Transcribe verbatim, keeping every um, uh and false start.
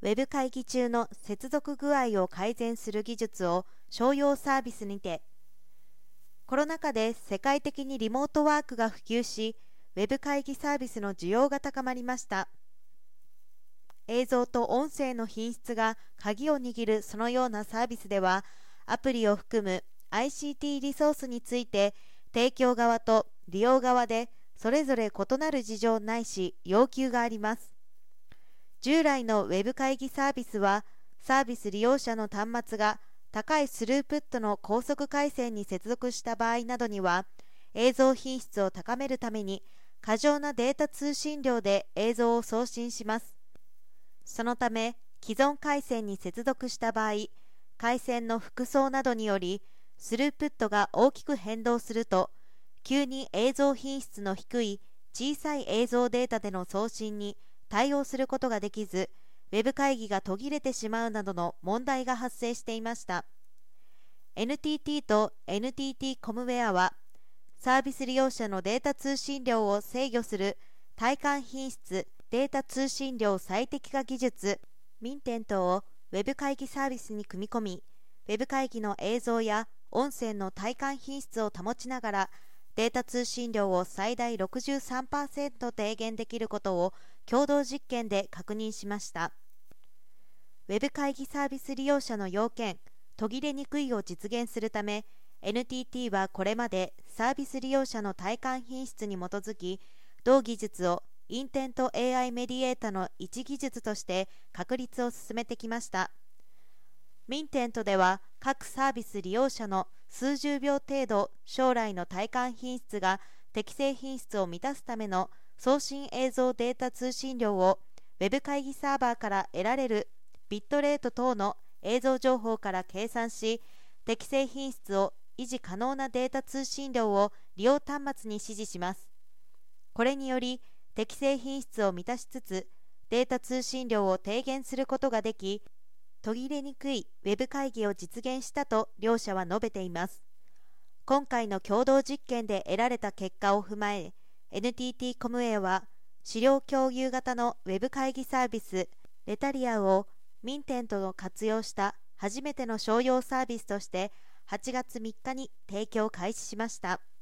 ウェブ会議中の接続具合を改善する技術を商用サービスにて。コロナ禍で世界的にリモートワークが普及し、ウェブ会議サービスの需要が高まりました。映像と音声の品質が鍵を握るそのようなサービスでは、アプリを含む アイシーティー リソースについて、提供側と利用側でそれぞれ異なる事情ないし要求があります。従来のウェブ会議サービスは、サービス利用者の端末が高いスループットの高速回線に接続した場合などには、映像品質を高めるために過剰なデータ通信量で映像を送信します。そのため、既存回線に接続した場合、回線の複層などにより、スループットが大きく変動すると、急に映像品質の低い小さい映像データでの送信に対応することができず、ウェブ会議が途切れてしまうなどの問題が発生していました。エヌティーティー と エヌティーティー コムウェアは、サービス利用者のデータ通信量を制御する体感品質データ通信量最適化技術ミンテントをウェブ会議サービスに組み込み、ウェブ会議の映像や音声の体感品質を保ちながら、データ通信量を最大 ろくじゅうさんパーセント 低減できることを共同実験で確認しました。ウェブ会議サービス利用者の要件、途切れにくいを実現するため、エヌティーティー はこれまでサービス利用者の体感品質に基づき、同技術をインテント エーアイ メディエータの一技術として確立を進めてきました。ミンテントでは、各サービス利用者の数十秒程度将来の体感品質が適正品質を満たすための送信映像データ通信量をウェブ会議サーバーから得られるビットレート等の映像情報から計算し、適正品質を維持可能なデータ通信量を利用端末に指示します。これにより、適正品質を満たしつつ、データ通信量を低減することができ、途切れにくいウェブ会議を実現したと両社は述べています。今回の共同実験で得られた結果を踏まえ、エヌティーティー コムウェアは、資料共有型のウェブ会議サービス、レタリアをミンテントを活用した初めての商用サービスとして、はちがつみっかに提供開始しました。